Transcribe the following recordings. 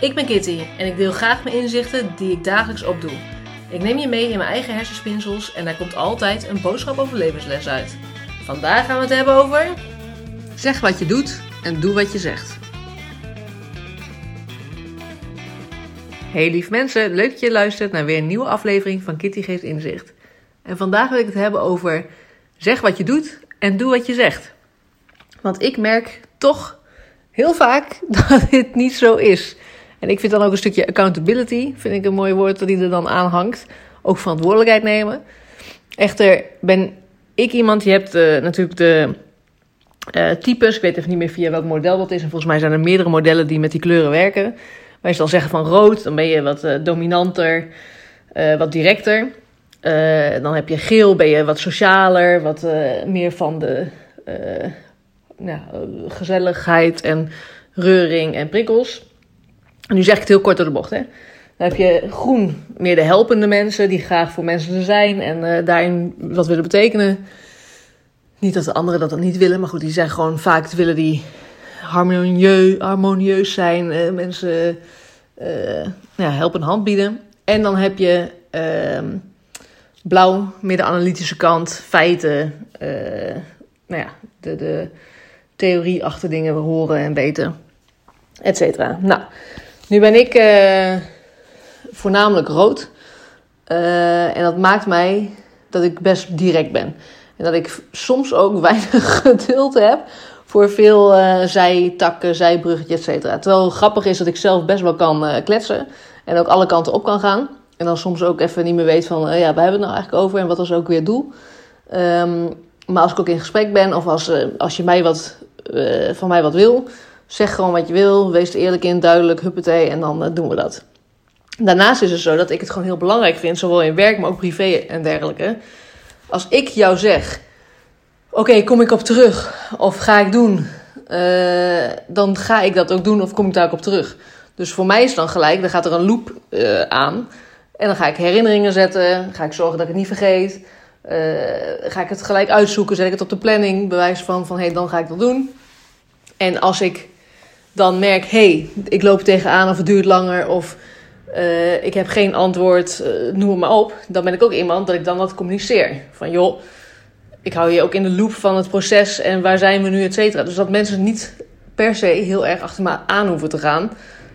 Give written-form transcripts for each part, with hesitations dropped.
Ik ben Kitty en ik deel graag mijn inzichten die ik dagelijks opdoe. Ik neem je mee in mijn eigen hersenspinsels en daar komt altijd een boodschap over levensles uit. Vandaag gaan we het hebben over... Zeg wat je doet en doe wat je zegt. Hey lief mensen, leuk dat je luistert naar weer een nieuwe aflevering van Kitty Geeft Inzicht. En vandaag wil ik het hebben over zeg wat je doet en doe wat je zegt. Want ik merk toch heel vaak dat dit niet zo is. En ik vind dan ook een stukje accountability, vind ik een mooi woord dat die er dan aan hangt. Ook verantwoordelijkheid nemen. Echter ben ik iemand, je hebt natuurlijk de types. Ik weet even niet meer via welk model dat is. En volgens mij zijn er meerdere modellen die met die kleuren werken. Waar je dan zeggen van rood, dan ben je wat dominanter, wat directer. Dan heb je geel, ben je wat socialer, wat meer van de gezelligheid en reuring en prikkels. En nu zeg ik het heel kort door de bocht, hè. Dan heb je groen, meer de helpende mensen die graag voor mensen zijn en daarin wat willen betekenen. Niet dat de anderen dat niet willen, maar goed, die zijn gewoon vaak willen die harmonieus zijn, mensen helpen een hand bieden. En dan heb je blauw, meer de analytische kant, feiten, de theorie achter dingen horen en weten, et cetera. Nou, nu ben ik voornamelijk rood. En dat maakt mij dat ik best direct ben. En dat ik soms ook weinig geduld heb voor veel zijtakken, zijbruggetjes, et cetera. Terwijl het grappig is dat ik zelf best wel kan kletsen. En ook alle kanten op kan gaan. En dan soms ook even niet meer weet van, waar hebben we het nou eigenlijk over? En wat was ook weer het doel? Maar als ik ook in gesprek ben, of als je van mij wat wil, zeg gewoon wat je wil. Wees er eerlijk in, duidelijk, huppatee, en dan doen we dat. Daarnaast is het zo dat ik het gewoon heel belangrijk vind, zowel in werk, maar ook privé en dergelijke. Als ik jou zeg, oké, kom ik op terug, of ga ik doen, dan ga ik dat ook doen, of kom ik daar ook op terug. Dus voor mij is het dan gelijk, dan gaat er een loop aan. En dan ga ik herinneringen zetten, ga ik zorgen dat ik het niet vergeet. Ga ik het gelijk uitzoeken, zet ik het op de planning, bewijs van dan ga ik dat doen. En als ik dan merk, ik loop er tegenaan of het duurt langer of ik heb geen antwoord, noem het maar op. Dan ben ik ook iemand dat ik dan wat communiceer. Van joh, ik hou je ook in de loop van het proces en waar zijn we nu, et cetera. Dus dat mensen niet per se heel erg achter me aan hoeven te gaan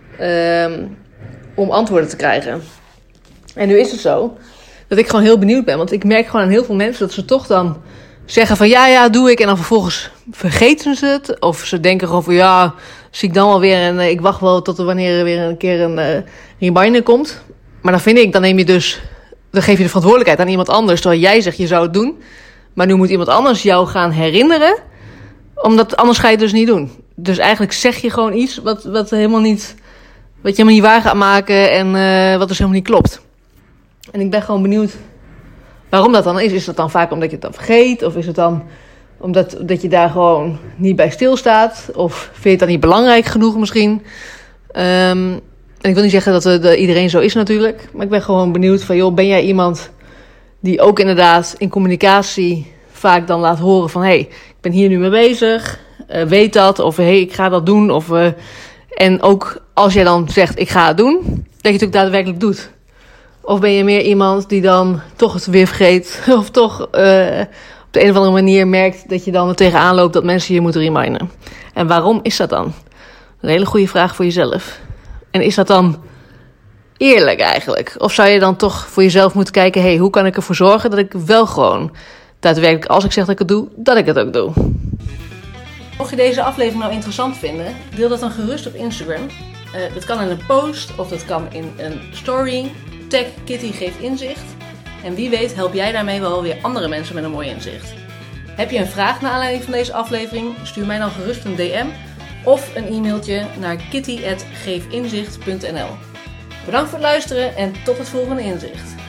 om antwoorden te krijgen. En nu is het zo dat ik gewoon heel benieuwd ben. Want ik merk gewoon aan heel veel mensen dat ze toch dan zeggen van ja, doe ik. En dan vervolgens vergeten ze het. Of ze denken gewoon van zie ik dan wel weer. En ik wacht wel tot er wanneer er weer een keer een reminder komt. Maar dan vind ik, dan geef je de verantwoordelijkheid aan iemand anders. Terwijl jij zegt je zou het doen. Maar nu moet iemand anders jou gaan herinneren. Omdat anders ga je het dus niet doen. Dus eigenlijk zeg je gewoon iets wat je helemaal niet waar gaat maken. En wat dus helemaal niet klopt. En ik ben gewoon benieuwd waarom dat dan is. Is dat dan vaak omdat je het dan vergeet? Of is het dan omdat je daar gewoon niet bij stilstaat? Of vind je het dan niet belangrijk genoeg misschien? En ik wil niet zeggen dat iedereen zo is natuurlijk. Maar ik ben gewoon benieuwd van ben jij iemand die ook inderdaad in communicatie vaak dan laat horen van ik ben hier nu mee bezig. Weet dat. Of ik ga dat doen. En ook als jij dan zegt ik ga het doen. Dat je het ook daadwerkelijk doet. Of ben je meer iemand die dan toch het weer vergeet. Of toch op de een of andere manier merkt dat je dan er tegenaan loopt dat mensen je moeten reminden. En waarom is dat dan? Een hele goede vraag voor jezelf. En is dat dan eerlijk eigenlijk? Of zou je dan toch voor jezelf moeten kijken, hoe kan ik ervoor zorgen dat ik wel gewoon daadwerkelijk, als ik zeg dat ik het doe, dat ik het ook doe. Mocht je deze aflevering nou interessant vinden, deel dat dan gerust op Instagram. Dat kan in een post of dat kan in een story. Tag Kitty Geeft Inzicht. En wie weet help jij daarmee wel weer andere mensen met een mooi inzicht. Heb je een vraag naar aanleiding van deze aflevering? Stuur mij dan gerust een DM of een e-mailtje naar kitty@geefinzicht.nl. Bedankt voor het luisteren en tot het volgende inzicht.